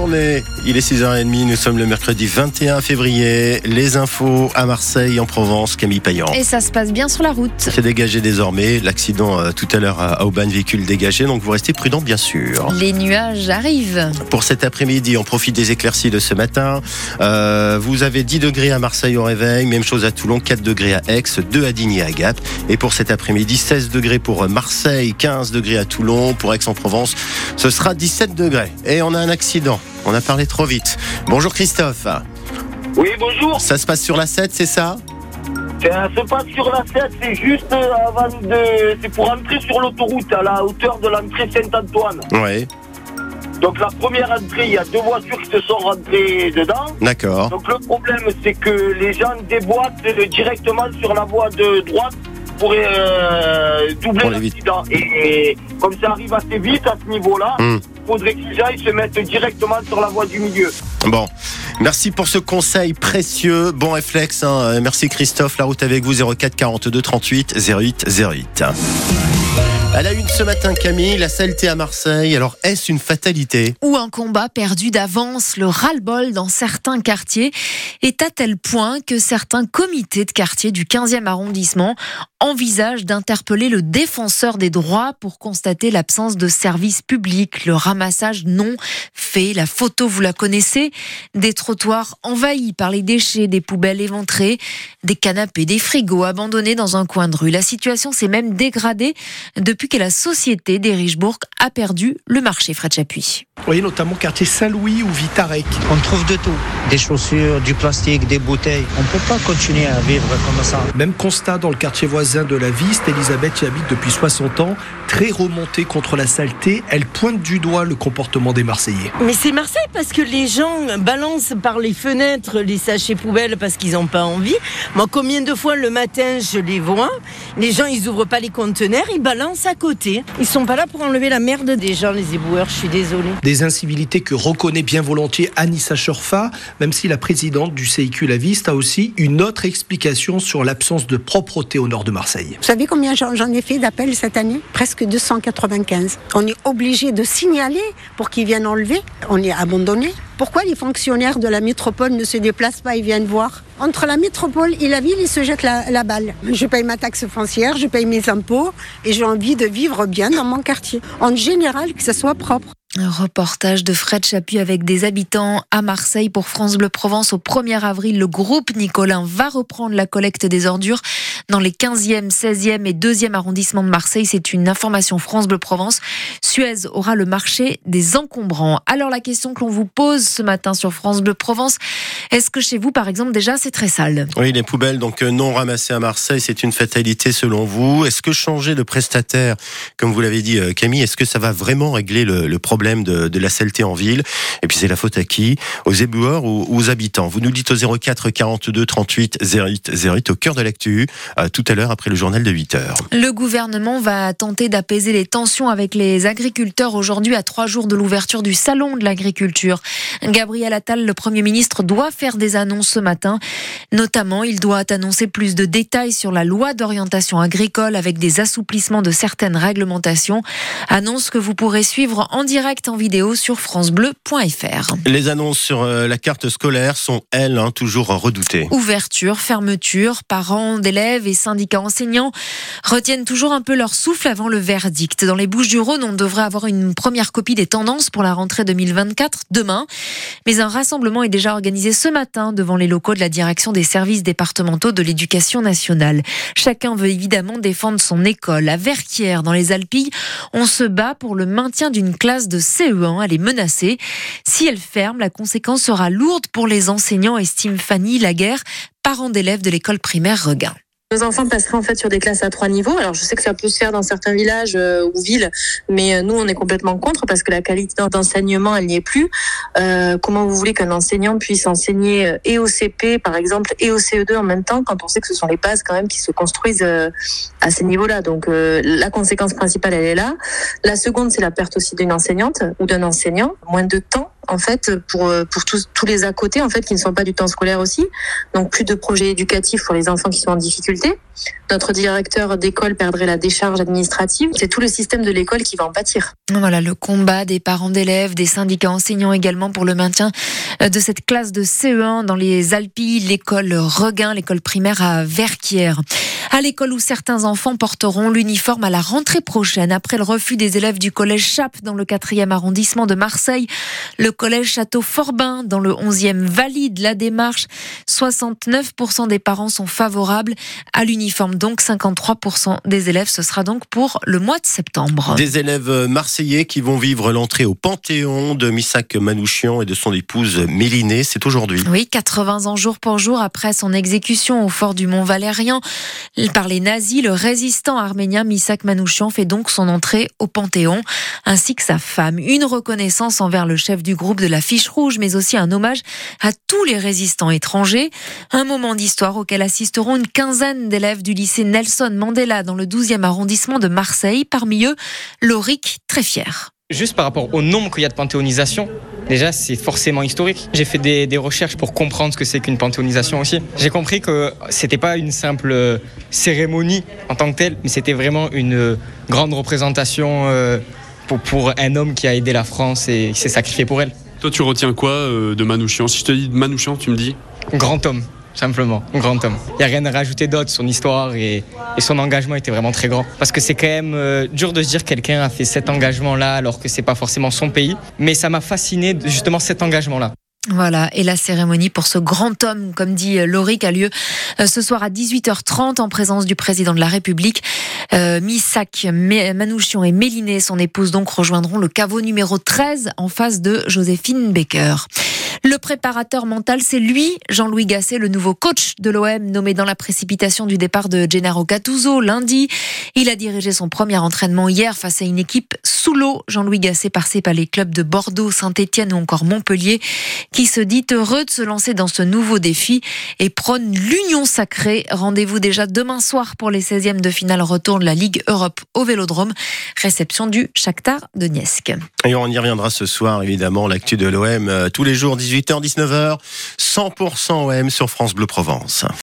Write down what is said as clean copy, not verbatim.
journée, il est 6h30, nous sommes le mercredi 21 février. Les infos à Marseille, en Provence, Camille Payan. Et ça se passe bien sur la route. C'est dégagé désormais, l'accident tout à l'heure à Aubagne, véhicule dégagé, donc vous restez prudents bien sûr. Les nuages arrivent. Pour cet après-midi, on profite des éclaircies de ce matin. Vous avez 10 degrés à Marseille au réveil, même chose à Toulon, 4 degrés à Aix, 2 à Digne et à Gap. Et pour cet après-midi, 16 degrés pour Marseille, 15 degrés à Toulon, pour Aix-en-Provence, ce sera 17 degrés. Et on a un accident, on a parlé trop vite. Bonjour Christophe. Oui, bonjour. Ça se passe sur la 7, c'est ça ? Ça se passe sur la 7, c'est juste c'est pour entrer sur l'autoroute, à la hauteur de l'entrée Saint-Antoine. Ouais. Donc la première entrée, il y a 2 voitures qui se sont rentrées dedans. D'accord. Donc le problème, c'est que les gens déboîtent directement sur la voie de droite pour doubler l'accident. Et comme ça arrive assez vite à ce niveau-là, il faudrait qu'ils aillent se mettre directement sur la voie du milieu. Bon, merci pour ce conseil précieux. Bon réflexe, hein. Merci Christophe. La route avec vous, 04 42 38 08 08. À la une ce matin, Camille, la saleté à Marseille. Alors, est-ce une fatalité ? Ou un combat perdu d'avance, le ras-le-bol dans certains quartiers est à tel point que certains comités de quartier du 15e arrondissement envisagent d'interpeller le défenseur des droits pour constater l'absence de services publics, le ramassage non fait. La photo, vous la connaissez, des trottoirs envahis par les déchets, des poubelles éventrées, des canapés, des frigos abandonnés dans un coin de rue. La situation s'est même dégradée depuis que la société des Richebourg a perdu le marché. Fred Chapuis. Vous voyez notamment quartier Saint-Louis ou Vitarec. On trouve de tout, des chaussures, du plastique, des bouteilles. On ne peut pas continuer à vivre comme ça. Même constat dans le quartier voisin de la Viste. Elisabeth y habite depuis 60 ans, très remontée contre la saleté. Elle pointe du doigt le comportement des Marseillais. Mais c'est Marseille parce que les gens balancent par les fenêtres les sachets poubelles parce qu'ils n'ont pas envie. Moi, combien de fois le matin je les vois, les gens ils ouvrent pas les conteneurs, ils balancent à côté. Ils sont pas là pour enlever la merde des gens, les éboueurs, je suis désolée. Des incivilités que reconnaît bien volontiers Anissa Chorfa, même si la présidente du CIQ La Viste a aussi une autre explication sur l'absence de propreté au nord de Marseille. Vous savez combien j'en ai fait d'appels cette année ? Presque 295. On est obligé de signaler pour qu'ils viennent enlever. On est abandonné. Pourquoi les fonctionnaires de la métropole ne se déplacent pas et viennent voir ? Entre la métropole et la ville, ils se jettent la balle. Je paye ma taxe foncière, je paye mes impôts et j'ai envie de vivre bien dans mon quartier. En général, que ça soit propre. Un reportage de Fred Chapuis avec des habitants à Marseille pour France Bleu Provence. Au 1er avril, le groupe Nicolin va reprendre la collecte des ordures dans les 15e, 16e et 2e arrondissements de Marseille. C'est une information France Bleu Provence. Suez aura le marché des encombrants. Alors la question que l'on vous pose ce matin sur France Bleu Provence, est-ce que chez vous, par exemple, déjà c'est très sale ? Oui, les poubelles donc non ramassées à Marseille, c'est une fatalité selon vous. Est-ce que changer de prestataire, comme vous l'avez dit Camille, est-ce que ça va vraiment régler le problème de la saleté en ville? Et puis c'est la faute à qui? Aux éboueurs ou aux habitants? Vous nous dites au 04 42 38 08 08 au cœur de l'actu, tout à l'heure après le journal de 8h. Le gouvernement va tenter d'apaiser les tensions avec les agriculteurs aujourd'hui à 3 jours de l'ouverture du salon de l'agriculture. Gabriel Attal, le Premier ministre, doit faire des annonces ce matin. Notamment, il doit annoncer plus de détails sur la loi d'orientation agricole avec des assouplissements de certaines réglementations. Annonce que vous pourrez suivre en direct en vidéo sur francebleu.fr. Les annonces sur la carte scolaire sont, elles, toujours redoutées. Ouverture, fermeture, parents d'élèves et syndicats enseignants retiennent toujours un peu leur souffle avant le verdict. Dans les Bouches-du-Rhône, on devrait avoir une première copie des tendances pour la rentrée 2024 demain. Mais un rassemblement est déjà organisé ce matin devant les locaux de la direction des services départementaux de l'éducation nationale. Chacun veut évidemment défendre son école. À Verquières, dans les Alpilles, on se bat pour le maintien d'une classe de CE1. Elle est menacée. Si elle ferme, la conséquence sera lourde pour les enseignants, estime Fanny Laguerre, parent d'élèves de l'école primaire Regain. Nos enfants passeraient en fait sur des classes à 3 niveaux. Alors je sais que ça peut se faire dans certains villages ou villes, mais nous on est complètement contre parce que la qualité d'enseignement elle n'y est plus. Comment vous voulez qu'un enseignant puisse enseigner et au CP par exemple et au CE2 en même temps quand on sait que ce sont les bases quand même qui se construisent à ces niveaux-là. Donc la conséquence principale elle est là. La seconde c'est la perte aussi d'une enseignante ou d'un enseignant, moins de temps en fait, pour tous les à côté, en fait, qui ne sont pas du temps scolaire aussi. Donc, plus de projets éducatifs pour les enfants qui sont en difficulté. Notre directeur d'école perdrait la décharge administrative. C'est tout le système de l'école qui va en pâtir. Voilà le combat des parents d'élèves, des syndicats enseignants également pour le maintien de cette classe de CE1 dans les Alpilles, l'école Regain, l'école primaire à Verquières. À l'école où certains enfants porteront l'uniforme à la rentrée prochaine, après le refus des élèves du collège Chappe dans le 4e arrondissement de Marseille, le collège Château-Forbin dans le 11e valide la démarche. 69% des parents sont favorables à l'uniforme, donc 53% des élèves. Ce sera donc pour le mois de septembre. Des élèves marseillais qui vont vivre l'entrée au Panthéon de Missak Manouchian et de son épouse Mélinée. C'est aujourd'hui. Oui, 80 ans jour pour jour après son exécution au fort du Mont-Valérien par les nazis, le résistant arménien Missak Manouchian fait donc son entrée au Panthéon, ainsi que sa femme. Une reconnaissance envers le chef du groupe de la Fiche Rouge, mais aussi un hommage à tous les résistants étrangers. Un moment d'histoire auquel assisteront une quinzaine d'élèves du lycée Nelson Mandela dans le 12e arrondissement de Marseille. Parmi eux, Lauric, très fier. Juste par rapport au nombre qu'il y a de panthéonisation, déjà c'est forcément historique. J'ai fait des recherches pour comprendre ce que c'est qu'une panthéonisation aussi. J'ai compris que c'était pas une simple cérémonie en tant que telle, mais c'était vraiment une grande représentation pour un homme qui a aidé la France et qui s'est sacrifié pour elle. Toi tu retiens quoi de Manouchian ? Si je te dis Manouchian, tu me dis ? Grand homme. Simplement, un grand homme. Il n'y a rien à rajouter d'autre, son histoire et son engagement était vraiment très grand. Parce que c'est quand même dur de se dire que quelqu'un a fait cet engagement-là alors que c'est pas forcément son pays. Mais ça m'a fasciné justement cet engagement-là. Voilà, et la cérémonie pour ce grand homme, comme dit Lauric, a lieu ce soir à 18h30 en présence du président de la République. Missak Manouchian et Mélinée, son épouse, donc rejoindront le caveau numéro 13 en face de Joséphine Baker. Le préparateur mental, c'est lui, Jean-Louis Gasset, le nouveau coach de l'OM, nommé dans la précipitation du départ de Gennaro Gattuso lundi. Il a dirigé son premier entraînement hier face à une équipe sous l'eau. Jean-Louis Gasset, passé par les clubs de Bordeaux, Saint-Etienne ou encore Montpellier, qui se dit heureux de se lancer dans ce nouveau défi et prône l'union sacrée. Rendez-vous déjà demain soir pour les 16e de finale retour de la Ligue Europe au Vélodrome. Réception du Shakhtar Donetsk. Et on y reviendra ce soir, évidemment, l'actu de l'OM tous les jours, 18h, 19h, 100% OM sur France Bleu Provence.